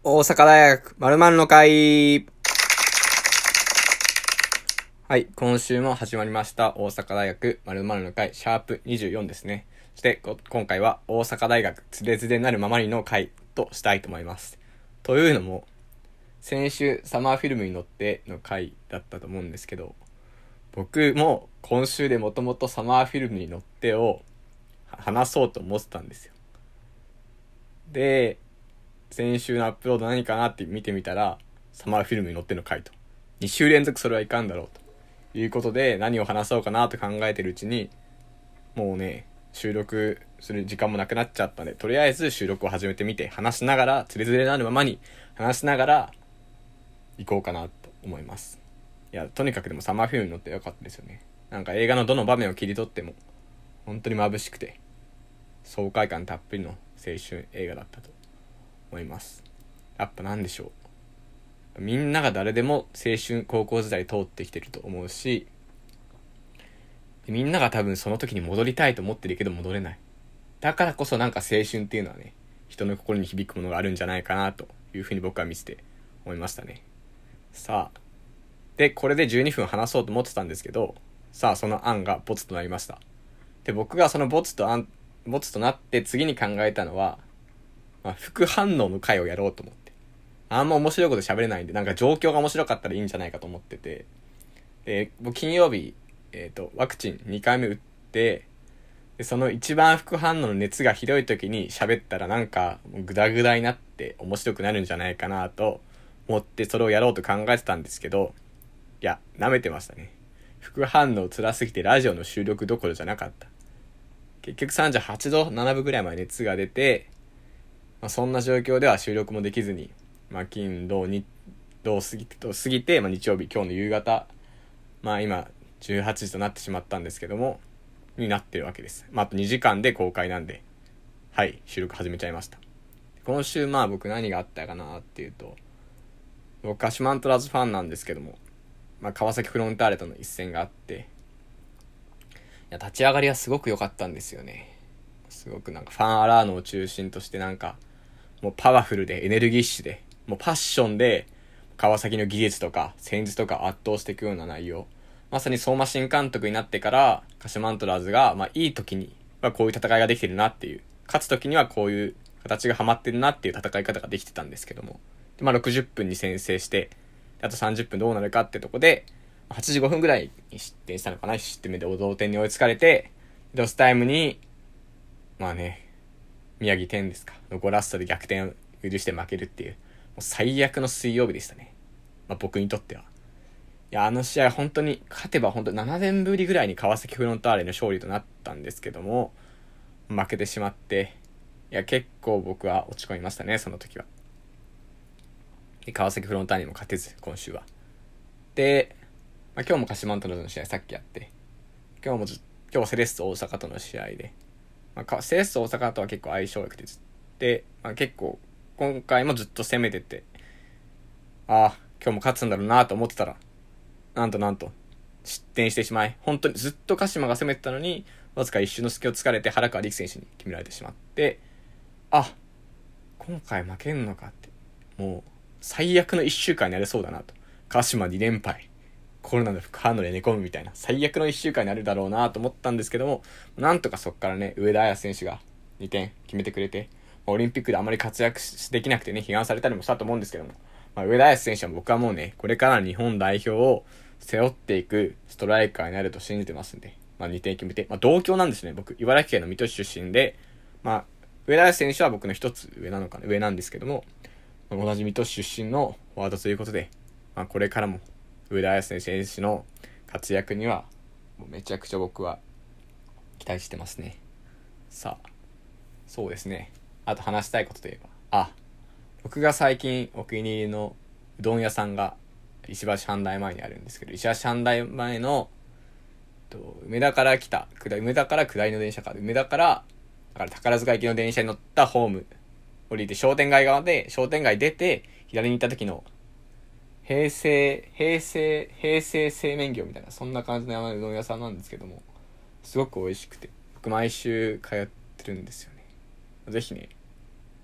大阪大学〇〇の会。はい、今週も始まりました大阪大学〇〇の会シャープ24ですね。そして今回は大阪大学つれづれなるままにの会としたいと思います。というのも先週サマーフィルムに乗っての会だったと思うんですけど、僕も今週でもともとサマーフィルムに乗ってを話そうと思ってたんですよ。で先週のアップロード何かなって見てみたらサマーフィルムに載っての回と、2週連続それはいかんだろうということで何を話そうかなと考えてるうちにもうね収録する時間もなくなっちゃったんで、とりあえず収録を始めてみて話しながらつれづれなるままに話しながら行こうかなと思います。いやとにかくでもサマーフィルムに乗ってよかったですよね。なんか映画のどの場面を切り取っても本当に眩しくて爽快感たっぷりの青春映画だったと思います。やっぱなんでしょう、みんなが誰でも青春高校時代通ってきてると思うし、みんなが多分その時に戻りたいと思ってるけど戻れない。だからこそなんか青春っていうのはね、人の心に響くものがあるんじゃないかなというふうに僕は見せて思いましたね。さあでこれで12分話そうと思ってたんですけど、さあその案がボツとなりました。で僕がそのボツとなって次に考えたのは、副反応の回をやろうと思って、あんま面白いこと喋れないんで、なんか状況が面白かったらいいんじゃないかと思ってて、で僕金曜日ワクチン2回目打って、でその一番副反応の熱がひどい時に喋ったらなんかグダグダになって面白くなるんじゃないかなと思ってそれをやろうと考えてたんですけど、いや舐めてましたね。副反応辛すぎてラジオの収録どころじゃなかった。結局38度7分ぐらいまで熱が出て、そんな状況では収録もできずに、金土日土過ぎて、日曜日今日の夕方、今18時となってしまったんですけどもになってるわけです。あと2時間で公開なんで、はい収録始めちゃいました。今週僕何があったかなっていうと、僕鹿島アントラーズファンなんですけども、川崎フロンターレとの一戦があって、いや立ち上がりはすごく良かったんですよね。すごくなんかファンアラーノを中心としてなんかもうパワフルでエネルギッシュでもうパッションで川崎の技術とか戦術とか圧倒していくような内容、まさに相馬新監督になってから鹿島アントラーズがいい時にはこういう戦いができてるなっていう、勝つ時にはこういう形がハマってるなっていう戦い方ができてたんですけども、で60分に先制して、あと30分どうなるかってとこで8時5分ぐらいに失点したのかな。失点目で同点に追いつかれて、ロスタイムに宮城天ですかのゴラストで逆転を許して負けるっていう、もう最悪の水曜日でしたね。僕にとっては。いやあの試合本当に勝てば本当7年ぶりぐらいに川崎フロンターレの勝利となったんですけども、負けてしまって、いや結構僕は落ち込みましたねその時は。で川崎フロンターレにも勝てず今週は。で、今日も鹿島アントラーズの試合さっきやって、今日セレッソ大阪との試合で、セレッソ大阪とは結構相性良くてで、結構今回もずっと攻めてて、今日も勝つんだろうなと思ってたら、なんと失点してしまい、本当にずっと鹿島が攻めてたのにわずか一瞬の隙を突かれて原川陸選手に決められてしまって、今回負けんのかって、もう最悪の1週間になれそうだなと。鹿島2連敗、コロナの副反応で寝込むみたいな最悪の1週間になるだろうなと思ったんですけども、なんとかそっからね上田綺世選手が2点決めてくれて、オリンピックであまり活躍できなくてね批判されたりもしたと思うんですけども、上田綺世選手は僕はもうねこれからの日本代表を背負っていくストライカーになると信じてますんで、2点決めて、同郷なんですね。僕茨城県の水戸市出身で、上田綺世選手は僕の一つ上なんですけども、同じ水戸市出身のフォワードということで、これからも上田綺世選手の活躍にはもうめちゃくちゃ僕は期待してますね。さあそうですね、あと話したいことといえば、僕が最近お気に入りのうどん屋さんが石橋阪大前にあるんですけど、石橋阪大前の梅田から下りの電車か、梅田からだから宝塚行きの電車に乗ったホーム降りて商店街出て左に行った時の平成製麺業みたいな、そんな感じの山のうどん屋さんなんですけども、すごく美味しくて僕毎週通ってるんですよね。ぜひね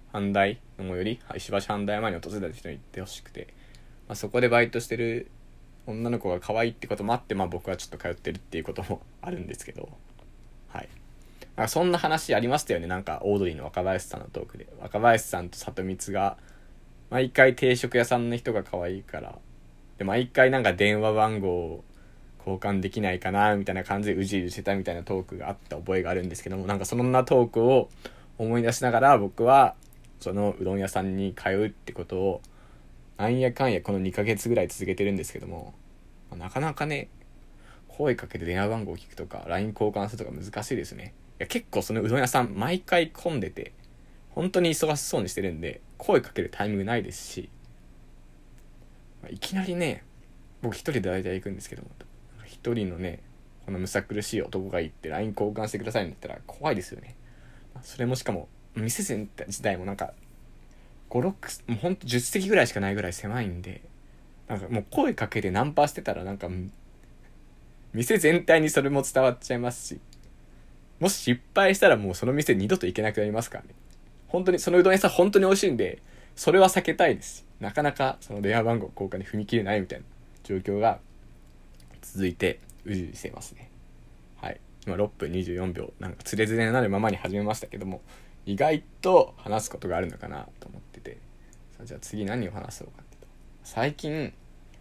阪大の最寄り、石橋阪大前に訪れた人に行ってほしくて、そこでバイトしてる女の子が可愛いってこともあって、僕はちょっと通ってるっていうこともあるんですけど、はい。そんな話ありましたよね。なんかオードリーの若林さんのトークで、若林さんと里光が毎回定食屋さんの人が可愛いからで、毎回なんか電話番号を交換できないかなみたいな感じでうじうじしてたみたいなトークがあった覚えがあるんですけども、なんかそんなトークを思い出しながら、僕はそのうどん屋さんに通うってことをなんやかんやこの2ヶ月ぐらい続けてるんですけども、なかなかね、声かけて電話番号を聞くとか LINE 交換するとか難しいですね。いや結構そのうどん屋さん毎回混んでて本当に忙しそうにしてるんで、声かけるタイミングないですし、いきなりね、僕一人で大体行くんですけども、一人のねこのむさ苦しい男が行って LINE 交換してくださいんだったら怖いですよね。それもしかも店自体もなんか5、6、もうほんと10席ぐらいしかないぐらい狭いんで、なんかもう声かけてナンパしてたらなんか店全体にそれも伝わっちゃいますし、もし失敗したらもうその店二度と行けなくなりますからね。本当にそのうどん屋さん本当に美味しいんで、それは避けたいですし、なかなかその電話番号交換に踏み切れないみたいな状況が続いてうじうじしていますね。はい、今6分24秒、なんかつれづれになるままに始めましたけども、意外と話すことがあるのかなと思ってて、じゃあ次何を話そうかっていうと、最近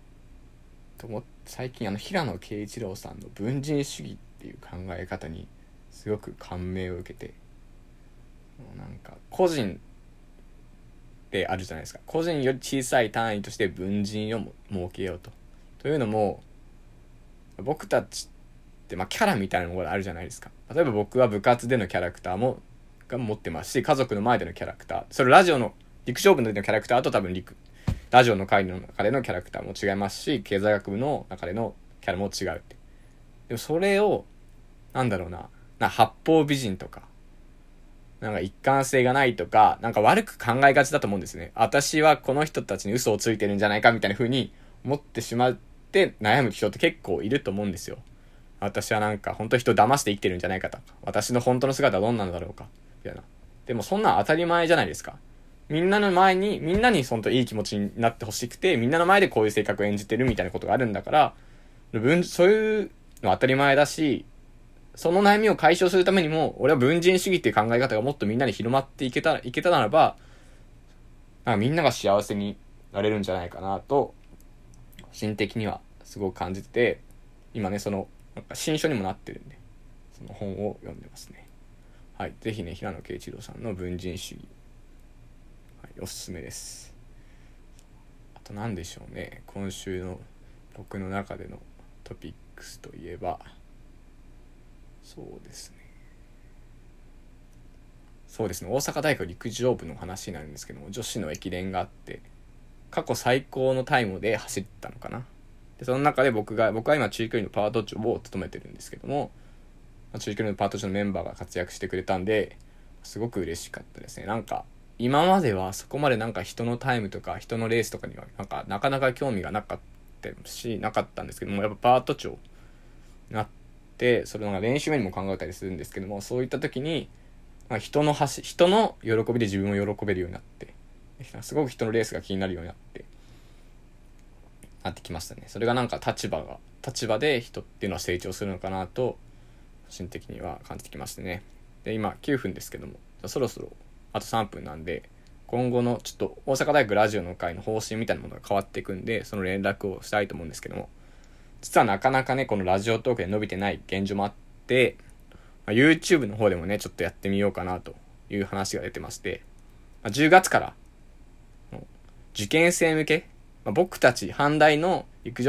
平野啓一郎さんの文人主義っていう考え方にすごく感銘を受けて、なんか個人であるじゃないですか。個人より小さい単位として文人を設けようというのも、僕たちってキャラみたいなものがあるじゃないですか。例えば僕は部活でのキャラクターが持ってますし、家族の前でのキャラクター、それラジオの陸上部のキャラクターと多分ラジオの会の中でのキャラクターも違いますし、経済学部の中でのキャラも違うって。でもそれを八方美人とかなんか一貫性がないとか、なんか悪く考えがちだと思うんですね。私はこの人たちに嘘をついてるんじゃないかみたいな風に思ってしまって悩む人って結構いると思うんですよ。私はなんか本当人を騙して生きてるんじゃないかとか、私の本当の姿はどんなんだろうかみたいな。でもそんなん当たり前じゃないですか。みんなに本当いい気持ちになってほしくて、みんなの前でこういう性格を演じてるみたいなことがあるんだから、そういうのは当たり前だし、その悩みを解消するためにも、俺は文人主義っていう考え方がもっとみんなに広まっていけたならば、なんかみんなが幸せになれるんじゃないかなと、個人的にはすごく感じてて、今ね、なんか新書にもなってるんで、その本を読んでますね。はい。ぜひね、平野啓一郎さんの文人主義、はい、おすすめです。あと何でしょうね。今週の僕の中でのトピックスといえば、そうですね、大阪大学陸上部の話になるんですけども、女子の駅伝があって、過去最高のタイムで走ったのかな。でその中で僕は今中距離のパート長を務めてるんですけども、中距離のパート長のメンバーが活躍してくれたんで、すごく嬉しかったですね。なんか今まではそこまでなんか人のタイムとか人のレースとかにはなかなか興味がなかったんですけども、やっぱパート長になって、それなんか練習面にも考えたりするんですけども、そういった時に人の喜びで自分を喜べるようになって、すごく人のレースが気になるようになってきましたね。それがなんか立場で人っていうのは成長するのかなと個人的には感じてきましたね。で今9分ですけども、そろそろあと3分なんで、今後のちょっと大阪大学ラジオの会の方針みたいなものが変わっていくんで、その連絡をしたいと思うんですけども、実はなかなかねこのラジオトークで伸びてない現状もあって、YouTube の方でもねちょっとやってみようかなという話が出てまして、10月から受験生向け、僕たち阪大の現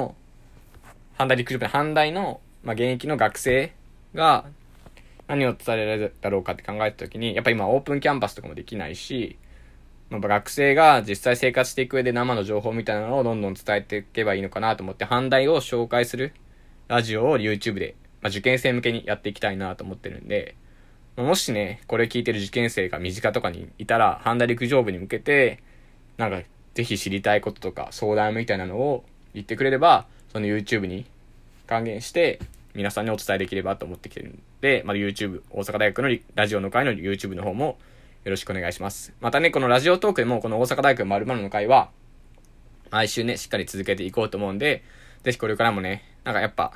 役の学生が何を伝えられるだろうかって考えたときに、やっぱ今オープンキャンパスとかもできないし、学生が実際生活していく上で生の情報みたいなのをどんどん伝えていけばいいのかなと思って、阪大を紹介するラジオを YouTube で、受験生向けにやっていきたいなと思ってるんで、もしねこれ聞いてる受験生が身近とかにいたら、阪大陸上部に向けてなんかぜひ知りたいこととか相談みたいなのを言ってくれれば、その YouTube に還元して皆さんにお伝えできればと思ってきてるんで、YouTube 大阪大学のラジオの会の YouTube の方もよろしくお願いします。またね、このラジオトークでもこの大阪大学〇〇の会は、毎週ね、しっかり続けていこうと思うんで、ぜひこれからもね、なんかやっぱ、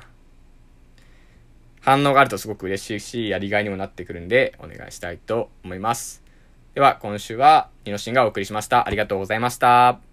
反応があるとすごく嬉しいし、やりがいにもなってくるんで、お願いしたいと思います。では、今週は、ニノシンがお送りしました。ありがとうございました。